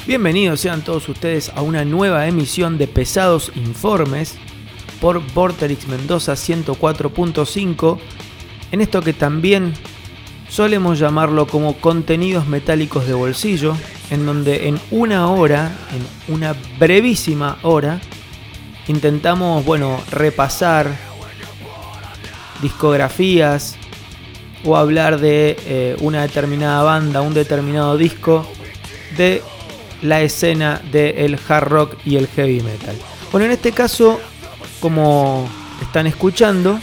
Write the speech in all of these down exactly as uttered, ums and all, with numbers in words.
Bienvenidos sean todos ustedes a una nueva emisión de Pesados Informes por Vorterix Mendoza ciento cuatro punto cinco, en esto que también solemos llamarlo como contenidos metálicos de bolsillo, en donde en una hora, en una brevísima hora, intentamos, bueno, repasar discografías o hablar de eh, una determinada banda, un determinado disco de la escena del hard rock y el heavy metal. Bueno, en este caso, como están escuchando,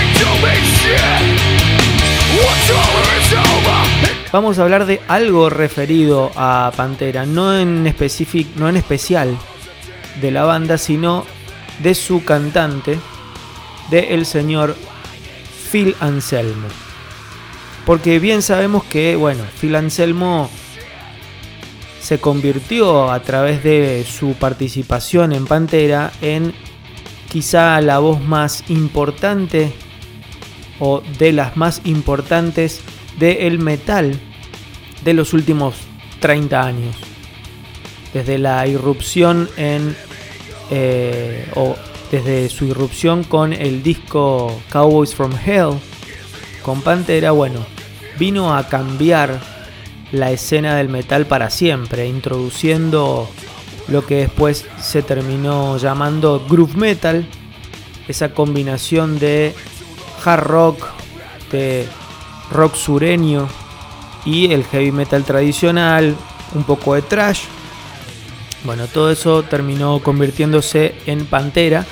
vamos a hablar de algo referido a Pantera, no en específico, no en especial de la banda, sino de su cantante, de el señor Phil Anselmo. Porque bien sabemos que, bueno, Phil Anselmo se convirtió a través de su participación en Pantera en quizá la voz más importante o de las más importantes del metal de los últimos treinta años. Desde la irrupción en eh, o desde su irrupción con el disco Cowboys from Hell con Pantera, bueno, vino a cambiar la escena del metal para siempre, introduciendo lo que después se terminó llamando groove metal, esa combinación de hard rock, de rock sureño y el heavy metal tradicional, un poco de thrash. Bueno, todo eso terminó convirtiéndose en Pantera.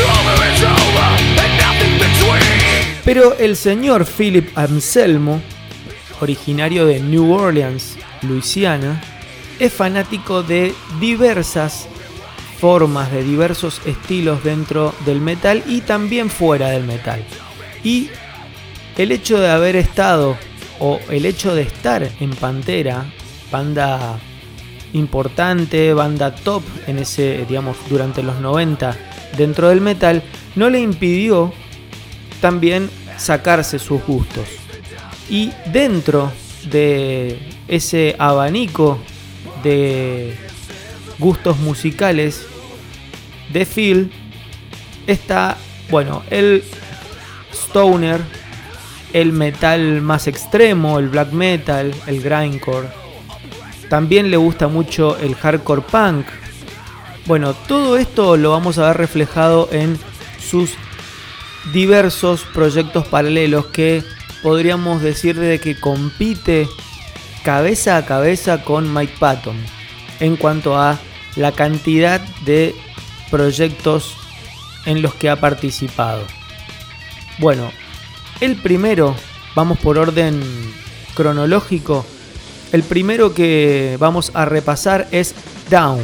Pero el señor Philip Anselmo, originario de New Orleans, Luisiana, es fanático de diversas formas, de diversos estilos dentro del metal y también fuera del metal. Y el hecho de haber estado, o el hecho de estar en Pantera, banda importante, banda top en ese, digamos, durante los noventa dentro del metal, no le impidió también sacarse sus gustos. Y dentro de ese abanico de gustos musicales de Phil está, bueno, el stoner, el metal más extremo, el black metal, el grindcore. También le gusta mucho el hardcore punk. Bueno, todo esto lo vamos a ver reflejado en sus diversos proyectos paralelos que podríamos decir de que compite cabeza a cabeza con Mike Patton en cuanto a la cantidad de proyectos en los que ha participado. Bueno, el primero, vamos por orden cronológico, el primero que vamos a repasar es Down.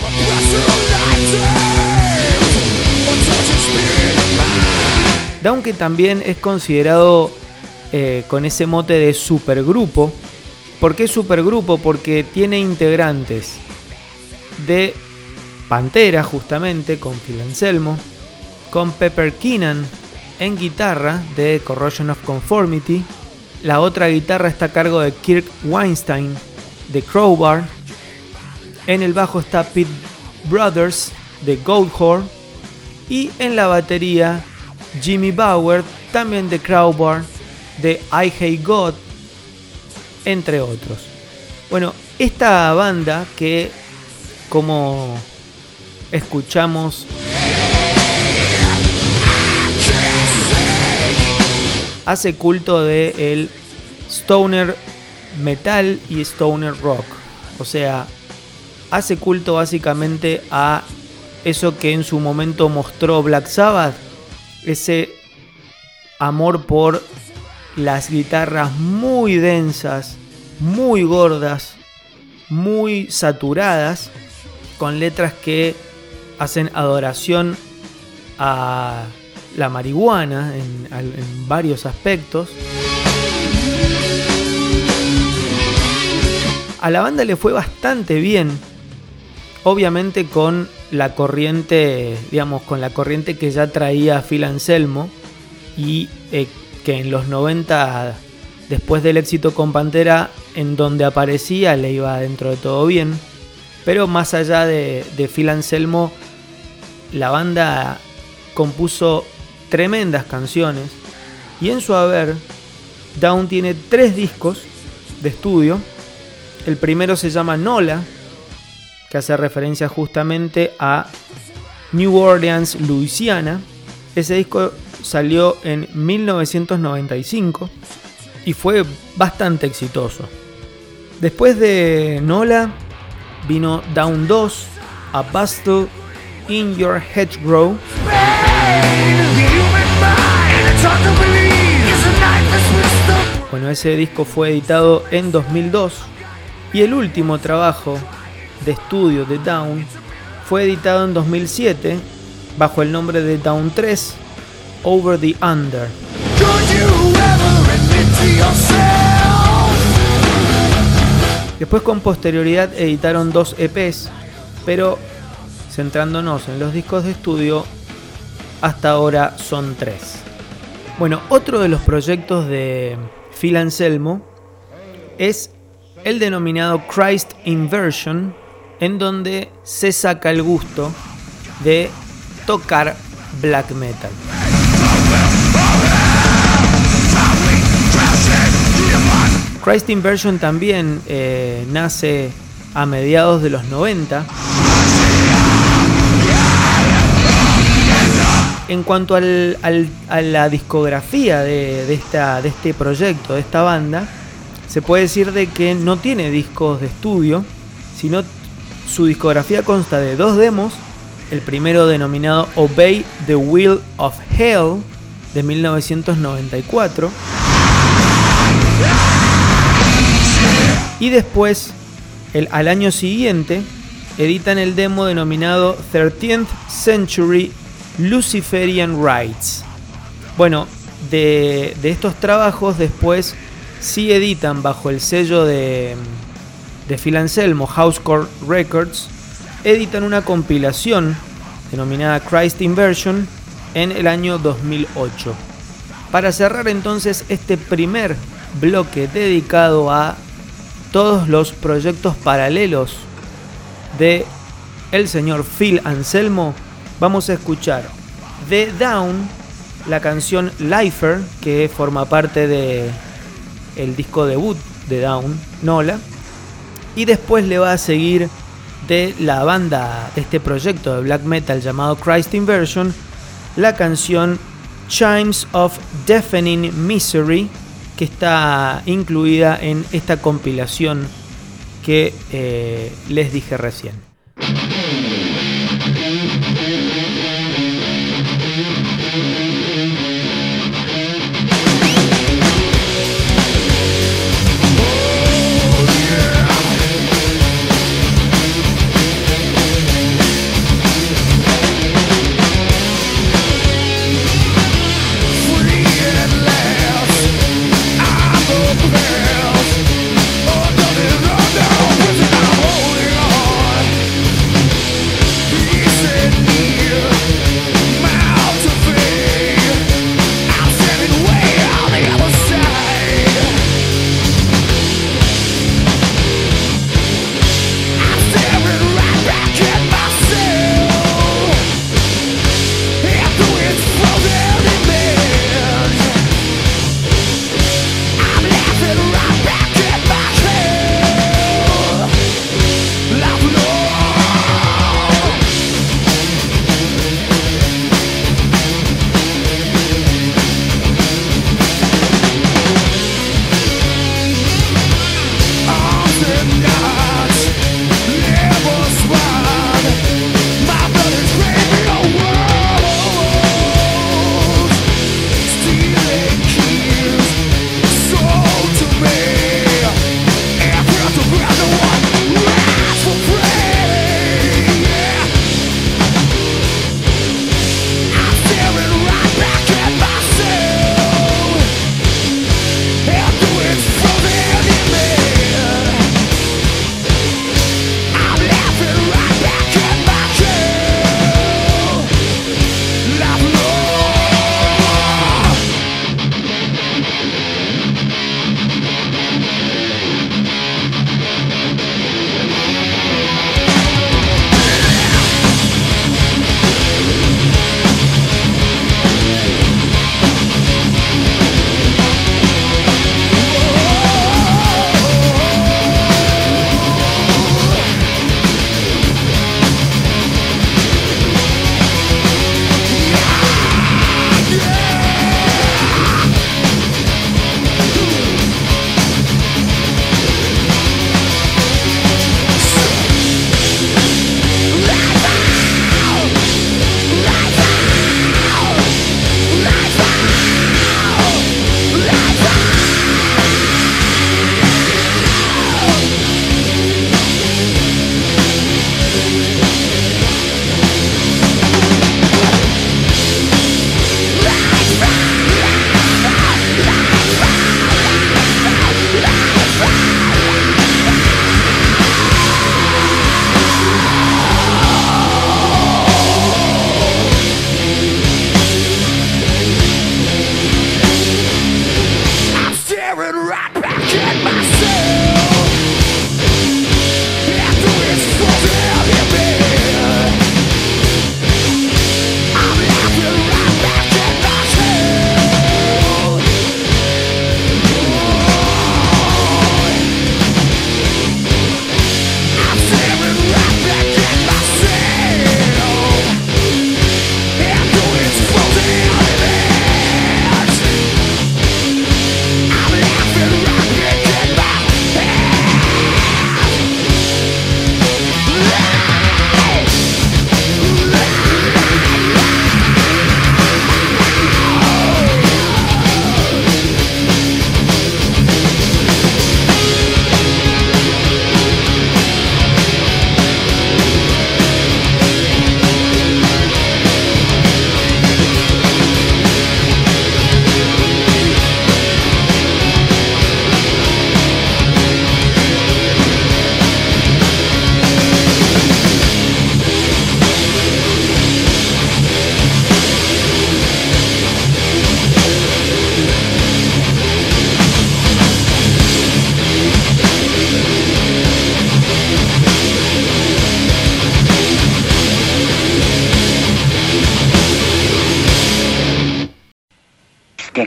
Down, que también es considerado Eh, con ese mote de supergrupo. ¿Por qué supergrupo? Porque tiene integrantes de Pantera, justamente, con Phil Anselmo, con Pepper Keenan en guitarra de Corrosion of Conformity. La otra guitarra está a cargo de Kirk Weinstein de Crowbar. En el bajo está Pete Brothers de Goatwhore. Y en la batería Jimmy Bauer, también de Crowbar, de I Hate God, entre otros. Bueno, esta banda que, como escuchamos, hace culto de el stoner metal y stoner rock. O sea, hace culto básicamente a eso que en su momento mostró Black Sabbath, ese amor por las guitarras muy densas, muy gordas, muy saturadas, con letras que hacen adoración a la marihuana en, en varios aspectos. A la banda le fue bastante bien, obviamente con la corriente, digamos, con la corriente que ya traía Phil Anselmo y eh, que en los noventa, después del éxito con Pantera, en donde aparecía le iba dentro de todo bien. Pero más allá de, de Phil Anselmo, la banda compuso tremendas canciones y en su haber Dawn tiene tres discos de estudio. El primero se llama Nola, que hace referencia justamente a New Orleans, Luisiana. Ese disco salió en mil novecientos noventa y cinco y fue bastante exitoso. Después de Nola vino Dawn dos, A Battle in Your Hedgerow. Bueno, ese disco fue editado en dos mil dos y el último trabajo de estudio de Dawn fue editado en dos mil siete bajo el nombre de Dawn tres, Over the Under. Después, con posterioridad, editaron dos E Pes, pero centrándonos en los discos de estudio, hasta ahora son tres. Bueno, otro de los proyectos de Phil Anselmo es el denominado Christ Inversion, en donde se saca el gusto de tocar black metal. Christ Inversion también eh, nace a mediados de los noventa. En cuanto al, al, a la discografía de, de, esta, de este proyecto, de esta banda, se puede decir de que no tiene discos de estudio, sino su discografía consta de dos demos. El primero, denominado Obey the Will of Hell, de mil novecientos noventa y cuatro. Y después, el, al año siguiente, editan el demo denominado thirteenth Century Luciferian Rites. Bueno, de, de estos trabajos después sí editan bajo el sello de, de Phil Anselmo, Housecore Records, editan una compilación denominada Christ Inversion en el año dos mil ocho. Para cerrar entonces este primer bloque dedicado a todos los proyectos paralelos de el señor Phil Anselmo, vamos a escuchar de Dawn la canción Lifer, que forma parte de el disco debut de Dawn, Nola, y después le va a seguir de la banda de este proyecto de black metal llamado Christ Inversion, la canción Chimes of Deafening Misery, que está incluida en esta compilación que eh, les dije recién. Holding on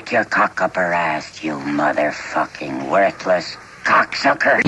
Stick your cock up her ass, you motherfucking worthless cocksucker.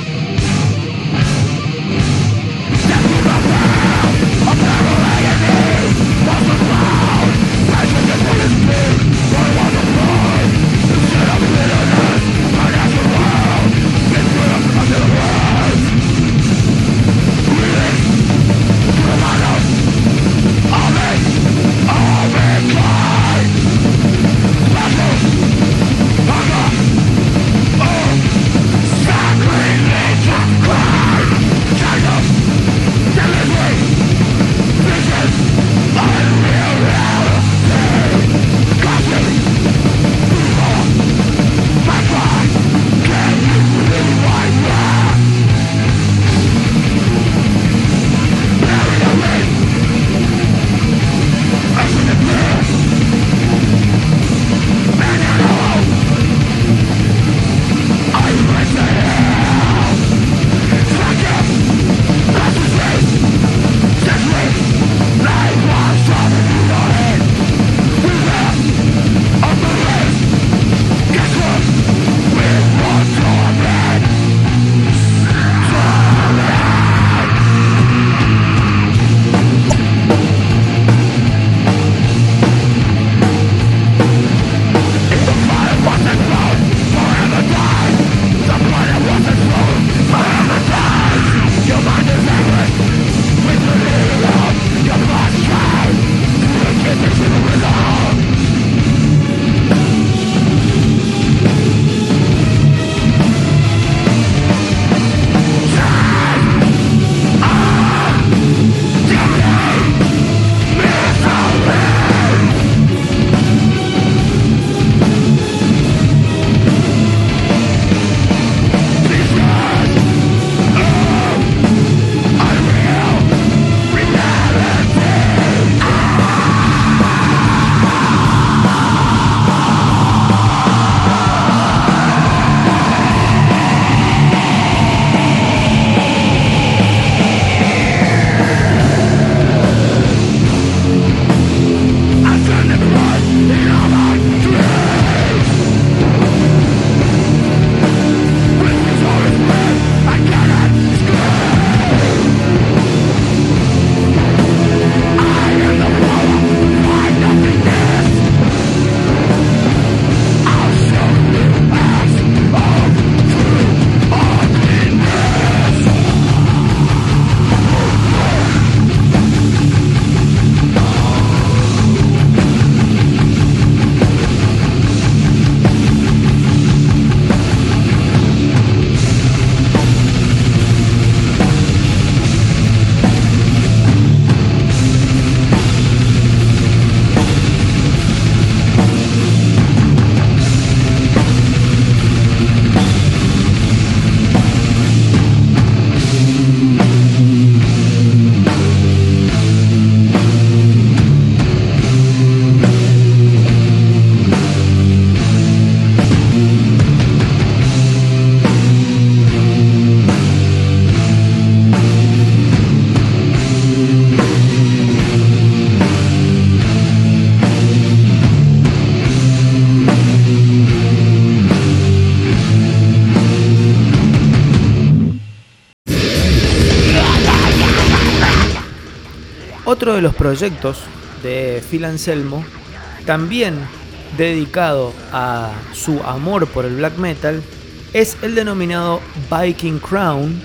Otro de los proyectos de Phil Anselmo, también dedicado a su amor por el black metal, es el denominado Viking Crown,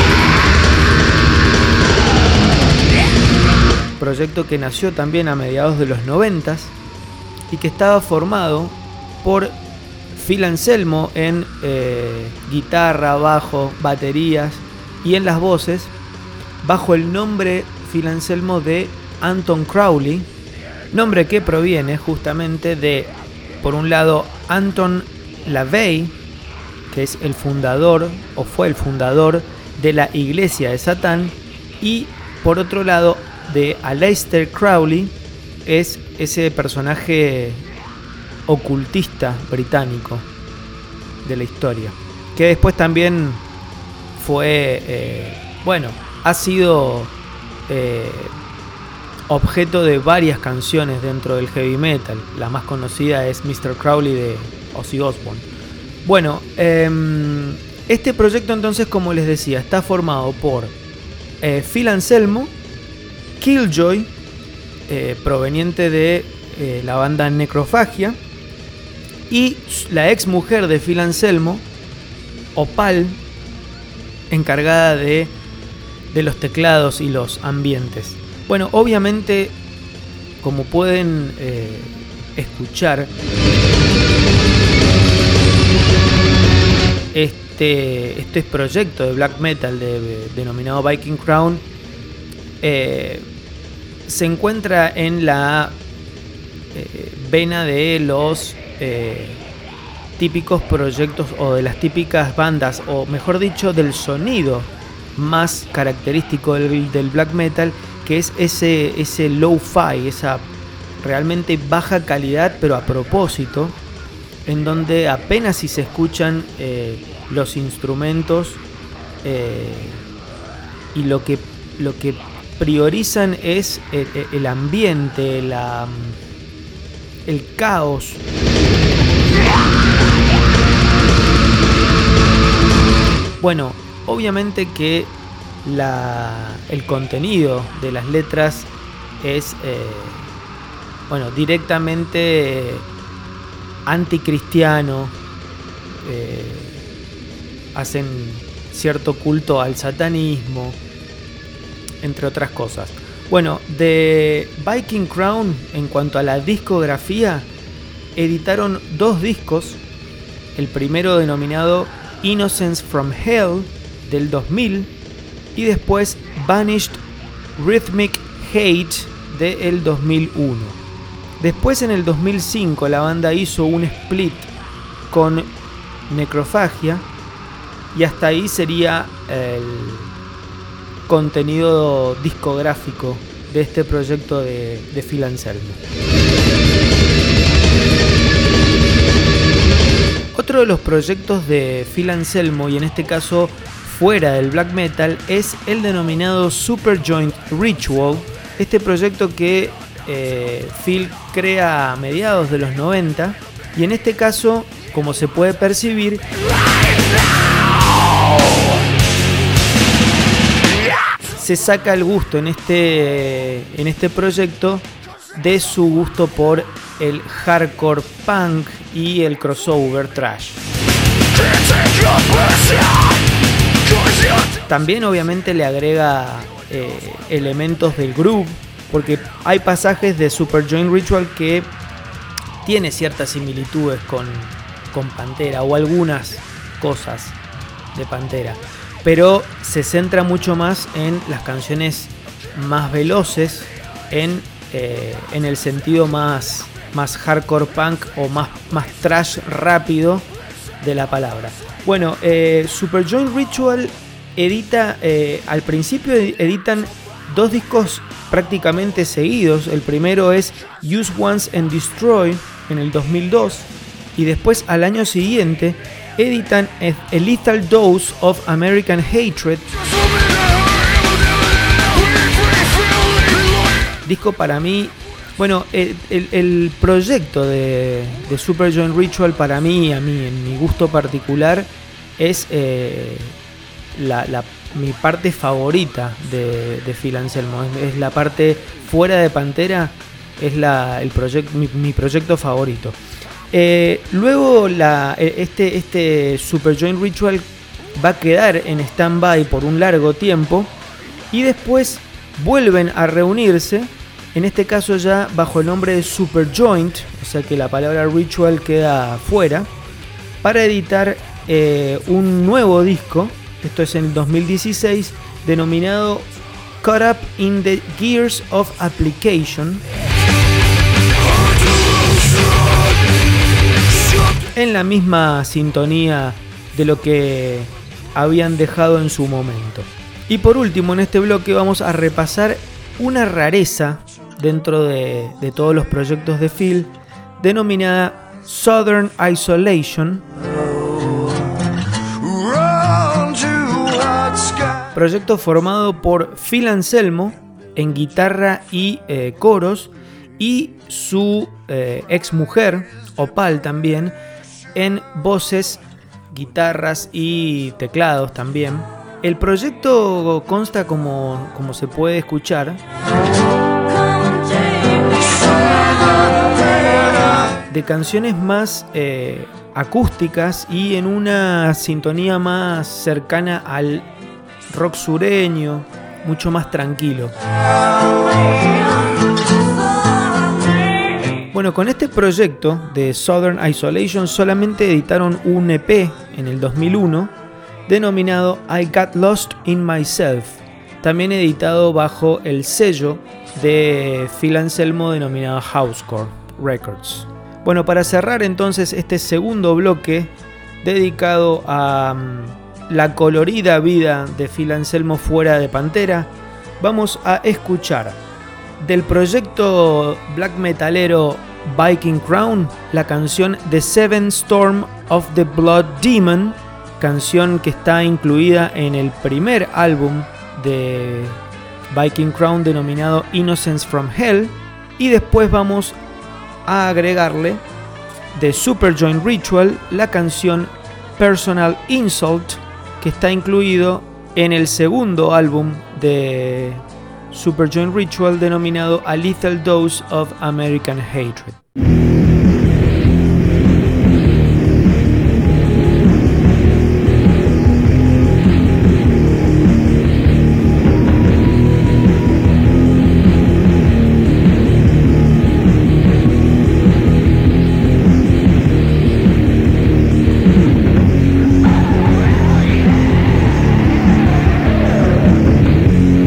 proyecto que nació también a mediados de los noventas y que estaba formado por Phil Anselmo en eh, guitarra, bajo, baterías y en las voces, bajo el nombre Phil Anselmo de Anton Crowley, nombre que proviene justamente de, por un lado, Anton LaVey, que es el fundador, o fue el fundador de la Iglesia de Satán, y por otro lado, de Aleister Crowley, es ese personaje ocultista británico de la historia, que después también fue, eh, bueno, ha sido eh, objeto de varias canciones dentro del heavy metal. La más conocida es mister Crowley de Ozzy Osbourne. Bueno, eh, este proyecto entonces, como les decía, está formado por eh, Phil Anselmo, Killjoy, eh, proveniente de eh, la banda Necrophagia, y la ex mujer de Phil Anselmo, Opal, encargada de, de los teclados y los ambientes. Bueno, obviamente, como pueden eh, escuchar, este, este proyecto de black metal de, de, denominado Viking Crown eh, se encuentra en la eh, vena de los eh, típicos proyectos o de las típicas bandas, o mejor dicho, del sonido más característico del, del black metal, que es ese, ese low-fi, esa realmente baja calidad, pero a propósito, en donde apenas si se escuchan eh, los instrumentos eh, y lo que, lo que priorizan es el, el ambiente, la, el caos. Bueno, obviamente que la, el contenido de las letras es eh, bueno, directamente eh, anticristiano, eh, hacen cierto culto al satanismo, entre otras cosas. Bueno, de Viking Crown, en cuanto a la discografía, editaron dos discos. El primero denominado Innocence from Hell del dos mil y después Vanished Rhythmic Hate del dos mil uno. Después, en el dos mil cinco, la banda hizo un split con Necrophagia y hasta ahí sería el contenido discográfico de este proyecto de, de Phil Anselmo. Otro de los proyectos de Phil Anselmo, y en este caso fuera del black metal, es el denominado Superjoint Ritual. Este proyecto que eh, Phil crea a mediados de los noventa, y en este caso, como se puede percibir, se saca el gusto en este, en este proyecto de su gusto por el hardcore punk y el crossover thrash. También obviamente le agrega eh, elementos del groove, porque hay pasajes de Superjoint Ritual que tiene ciertas similitudes con, con Pantera, o algunas cosas de Pantera, pero se centra mucho más en las canciones más veloces, en, eh, en el sentido más, más hardcore punk o más, más thrash rápido de la palabra. Bueno, eh, Superjoint Ritual edita, eh, al principio editan dos discos prácticamente seguidos. El primero es Use Once and Destroy en el dos mil dos, y después al año siguiente editan A Lethal Dose of American Hatred, disco para mí, bueno, el, el, el proyecto de, de Superjoint Ritual para mí, a mí, en mi gusto particular, es eh, la, la, mi parte favorita de, de Phil Anselmo. Es, es la parte fuera de Pantera, es la, el proyecto, mi, mi proyecto favorito. Eh, luego la, este, este Superjoint Ritual va a quedar en stand-by por un largo tiempo, y después vuelven a reunirse, en este caso ya bajo el nombre de Superjoint, o sea que la palabra ritual queda fuera, para editar eh, un nuevo disco. Esto es en el dos mil dieciséis, denominado Caught Up in the Gears of Application, en la misma sintonía de lo que habían dejado en su momento. Y por último, en este bloque vamos a repasar una rareza dentro de, de todos los proyectos de Phil, denominada Southern Isolation, proyecto formado por Phil Anselmo, en guitarra y eh, coros, y su eh, ex mujer, Opal, también en voces, guitarras y teclados también. El proyecto consta, como, como se puede escuchar, de canciones más eh, acústicas y en una sintonía más cercana al rock sureño, mucho más tranquilo. Bueno, con este proyecto de Southern Isolation solamente editaron un E P en el dos mil uno denominado I Got Lost in Myself, también editado bajo el sello de Phil Anselmo denominado Housecore Records. Bueno, para cerrar entonces este segundo bloque dedicado a um, la colorida vida de Phil Anselmo fuera de Pantera, vamos a escuchar del proyecto black metalero Viking Crown la canción The Seven Storm of the Blood Demon, canción que está incluida en el primer álbum de Viking Crown denominado Innocence from Hell, y después vamos a agregarle de Superjoint Ritual la canción Personal Insult, que está incluido en el segundo álbum de Superjoint Ritual denominado A Lethal Dose of American Hatred.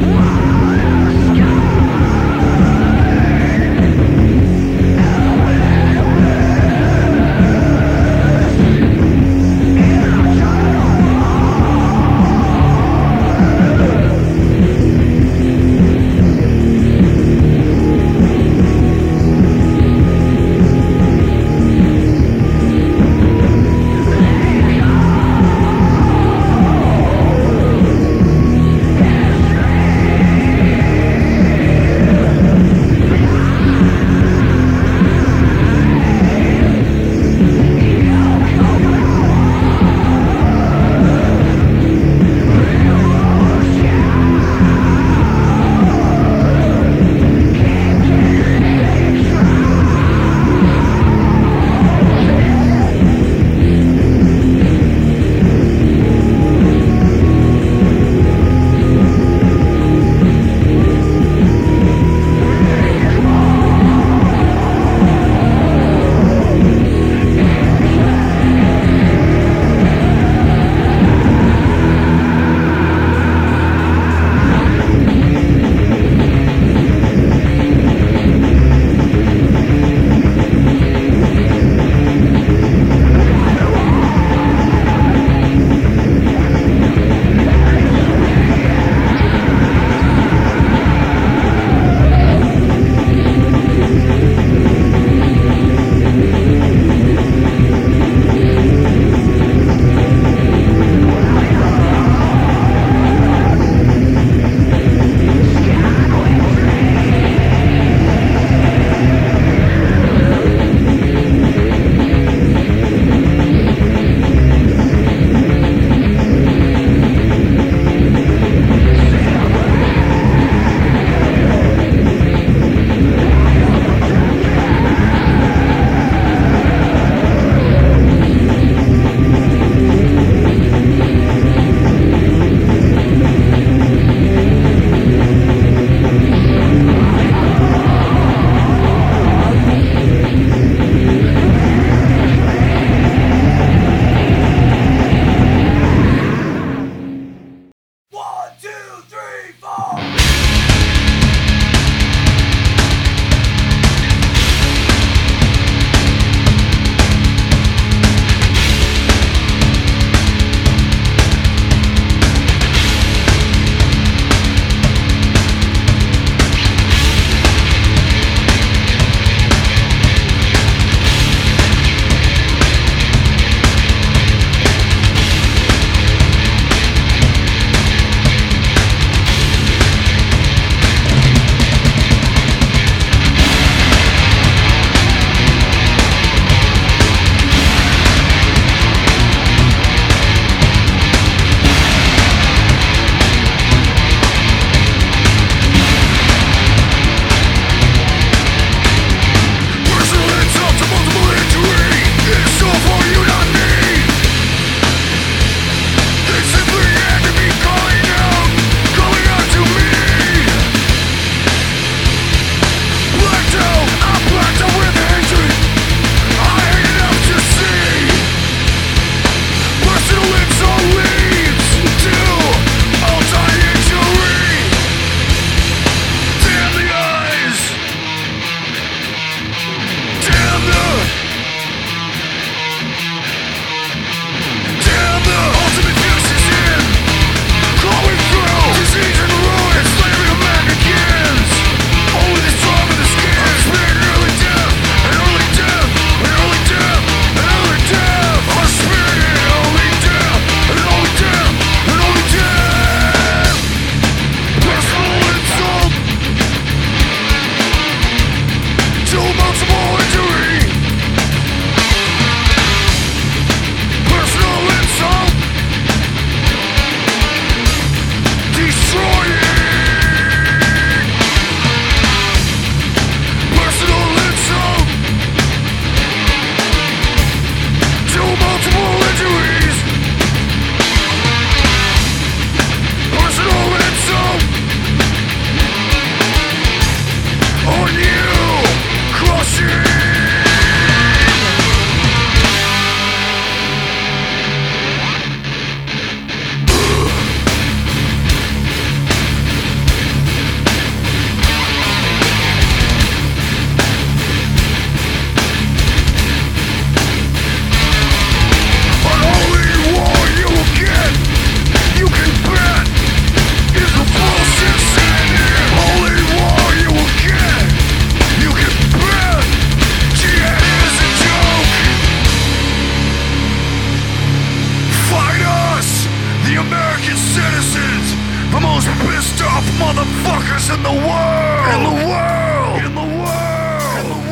Yeah. pissed off motherfuckers in the world. In the world. In the world. In the world.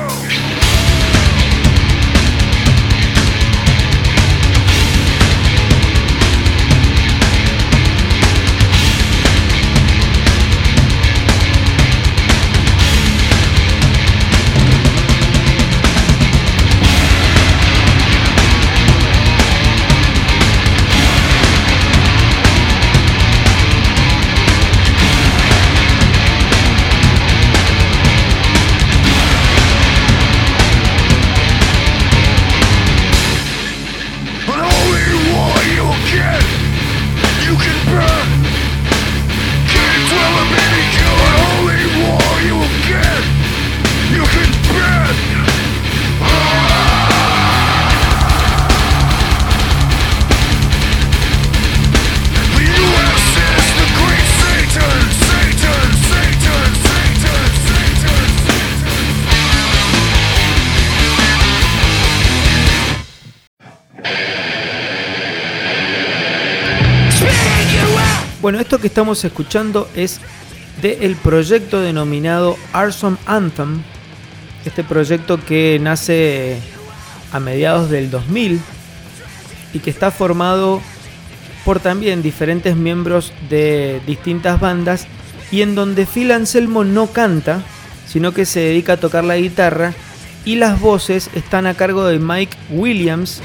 Bueno, esto que estamos escuchando es del proyecto denominado Awesome Anthem. Este proyecto que nace a mediados del dos mil y que está formado por también diferentes miembros de distintas bandas y en donde Phil Anselmo no canta, sino que se dedica a tocar la guitarra y las voces están a cargo de Mike Williams,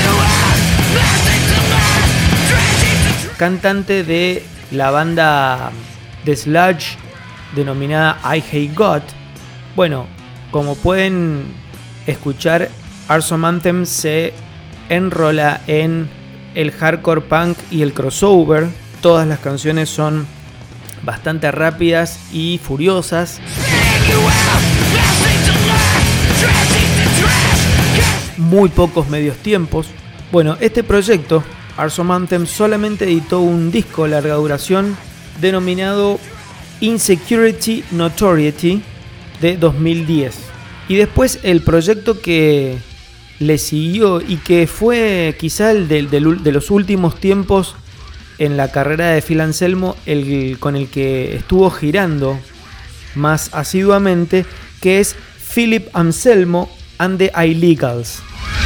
cantante de la banda de sludge denominada I Hate God. Bueno, como pueden escuchar, Awesome Anthem se enrola en el hardcore punk y el crossover. Todas las canciones son bastante rápidas y furiosas. Muy pocos medios tiempos. Bueno, este proyecto Awesome Anthem solamente editó un disco de larga duración denominado Insecurity Notoriety de dos mil diez. Y después el proyecto que le siguió y que fue quizá el de, de, de los últimos tiempos en la carrera de Phil Anselmo, el con el que estuvo girando más asiduamente, que es Philip Anselmo and the Illegals.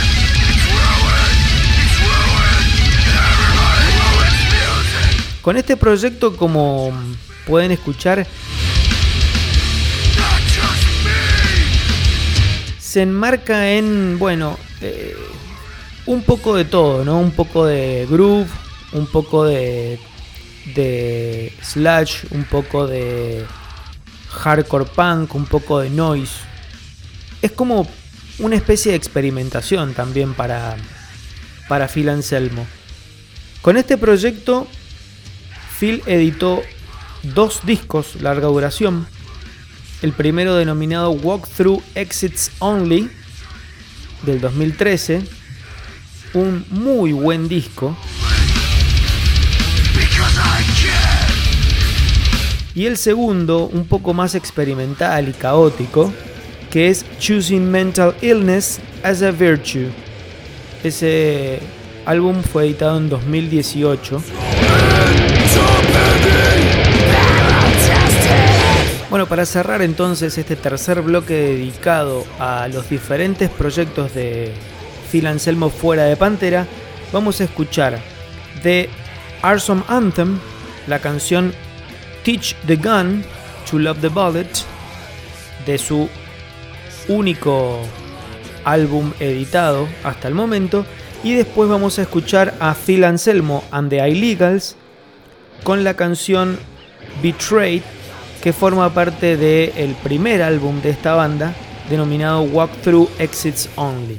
Con este proyecto, como pueden escuchar, se enmarca en, bueno, eh, un poco de todo, ¿no? Un poco de groove, un poco de, de sludge, un poco de hardcore punk, un poco de noise. Es como una especie de experimentación también para, para Phil Anselmo. Con este proyecto, Phil editó dos discos larga duración. El primero denominado Walk Through Exits Only del dos mil trece, un muy buen disco. Y el segundo, un poco más experimental y caótico, que es Choosing Mental Illness as a Virtue. Ese álbum fue editado en dos mil dieciocho. Bueno, para cerrar entonces este tercer bloque dedicado a los diferentes proyectos de Phil Anselmo fuera de Pantera, vamos a escuchar de Awesome Anthem la canción Teach the Gun to Love the Bullet, de su único álbum editado hasta el momento, y después vamos a escuchar a Phil Anselmo and the Illegals con la canción Betrayed, que forma parte del primer álbum de esta banda denominado Walk Through Exits Only.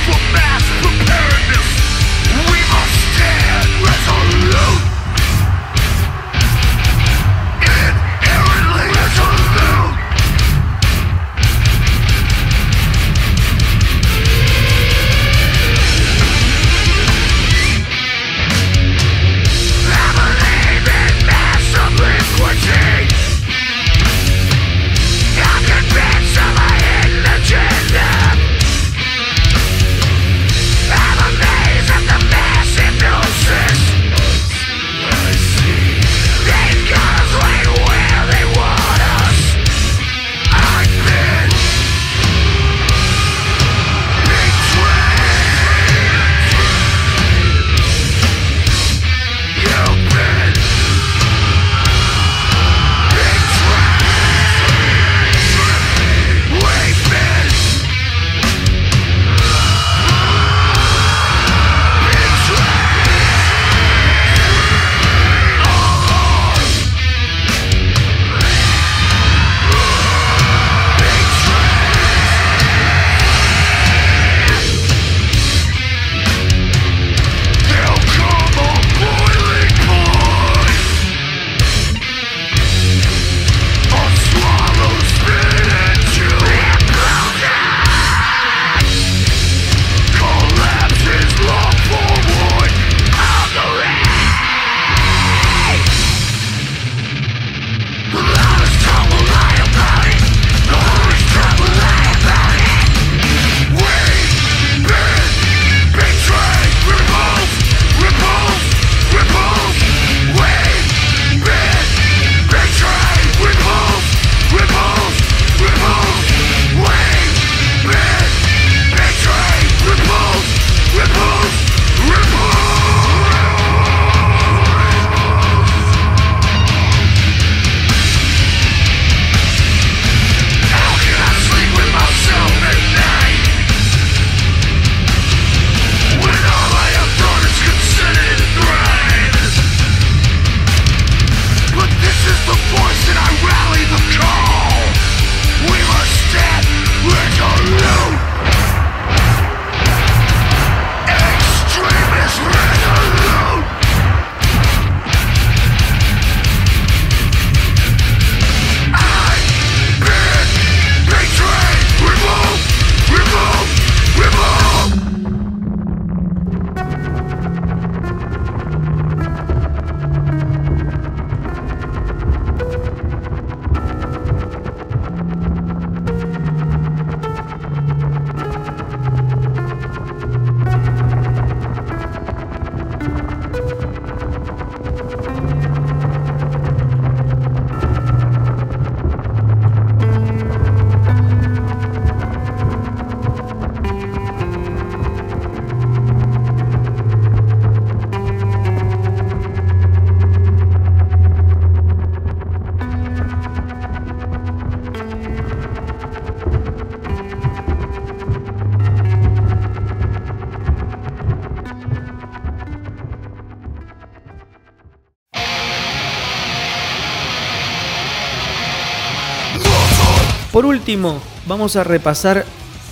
Por último, vamos a repasar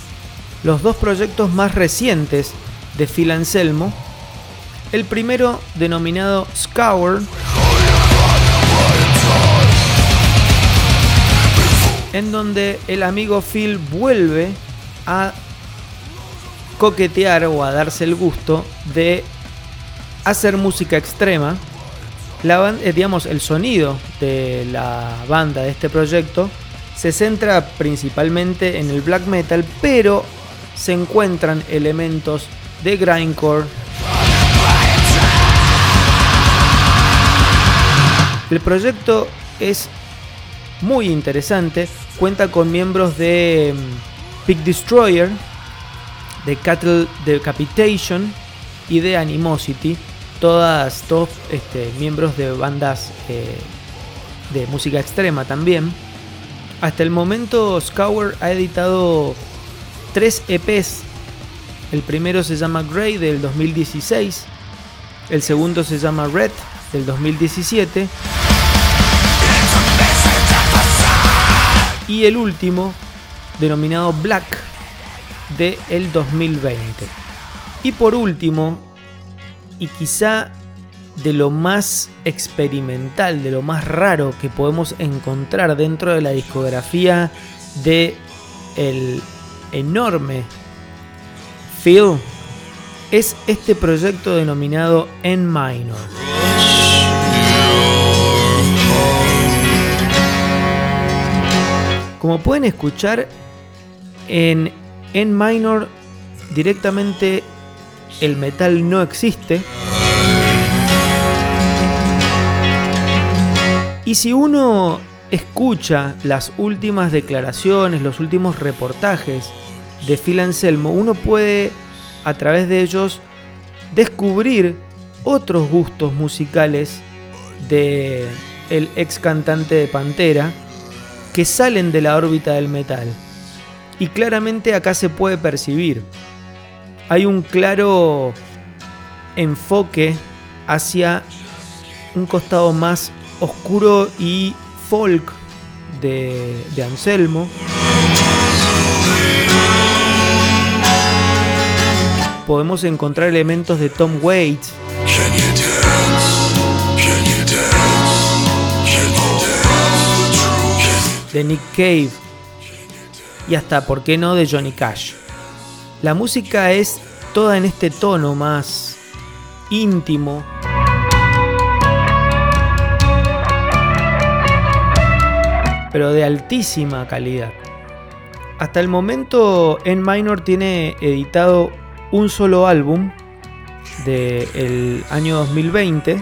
los dos proyectos más recientes de Phil Anselmo. El primero, denominado Scour, en donde el amigo Phil vuelve a coquetear o a darse el gusto de hacer música extrema. La banda, eh, digamos, el sonido de la banda de este proyecto se centra principalmente en el black metal, pero se encuentran elementos de grindcore. El proyecto es muy interesante, cuenta con miembros de Pig Destroyer, de Cattle Decapitation y de Animosity, todas, todos este, miembros de bandas eh, de música extrema también. Hasta el momento Scour ha editado tres E Pes. El primero se llama Grey del dos mil dieciséis, el segundo se llama Red del dos mil diecisiete y el último, denominado Black, del dos mil veinte. Y por último, y quizá de lo más experimental, de lo más raro que podemos encontrar dentro de la discografía de el enorme Phil, es este proyecto denominado N Minor. Como pueden escuchar, en N Minor directamente el metal no existe. Y si uno escucha las últimas declaraciones, los últimos reportajes de Phil Anselmo, uno puede a través de ellos descubrir otros gustos musicales de el ex cantante de Pantera que salen de la órbita del metal. Y claramente acá se puede percibir. Hay un claro enfoque hacia un costado más oscuro y folk de, de Anselmo. Podemos encontrar elementos de Tom Waits, de Nick Cave y hasta, ¿por qué no?, de Johnny Cash. La música es toda en este tono más íntimo, pero de altísima calidad. Hasta el momento N Minor tiene editado un solo álbum del año dos mil veinte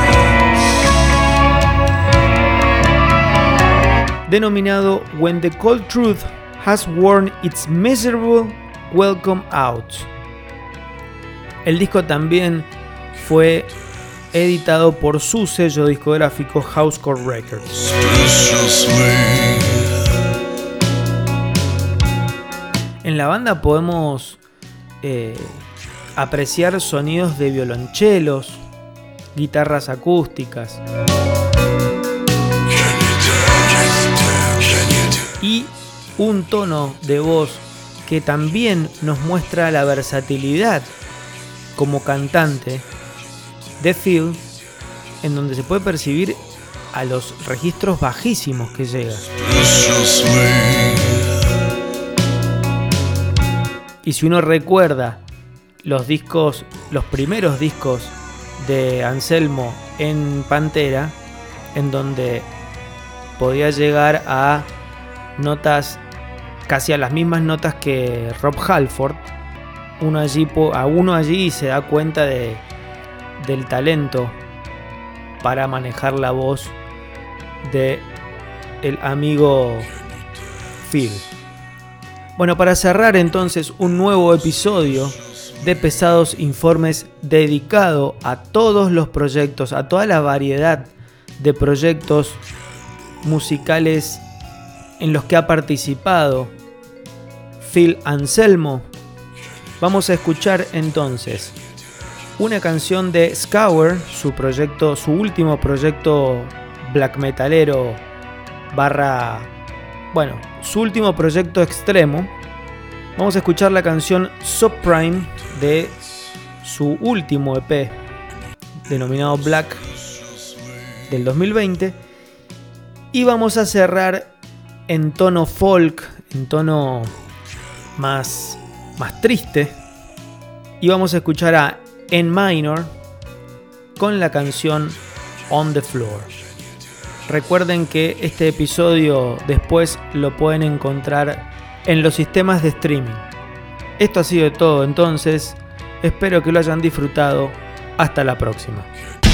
denominado When the Cold Truth Has Worn Its Miserable Welcome Out. El disco también fue editado por su sello discográfico Housecore Records. En la banda podemos eh, apreciar sonidos de violonchelos, guitarras acústicas y un tono de voz que también nos muestra la versatilidad como cantante de Phil, en donde se puede percibir a los registros bajísimos que llega. Y si uno recuerda los discos, los primeros discos de Anselmo en Pantera, en donde podía llegar a notas, casi a las mismas notas que Rob Halford, uno allí, a uno allí se da cuenta de, del talento para manejar la voz de el amigo Phil. Bueno, para cerrar entonces un nuevo episodio de Pesados Informes dedicado a todos los proyectos, a toda la variedad de proyectos musicales en los que ha participado Phil Anselmo, vamos a escuchar entonces una canción de Scour, su proyecto, su último proyecto black metalero barra, bueno, su último proyecto extremo. Vamos a escuchar la canción Subprime de su último E P denominado Black del dos mil veinte, y vamos a cerrar en tono folk, en tono más, más triste, y vamos a escuchar a N Minor con la canción On the Floor. Recuerden que este episodio después lo pueden encontrar en los sistemas de streaming. Esto ha sido todo entonces, espero que lo hayan disfrutado, hasta la próxima.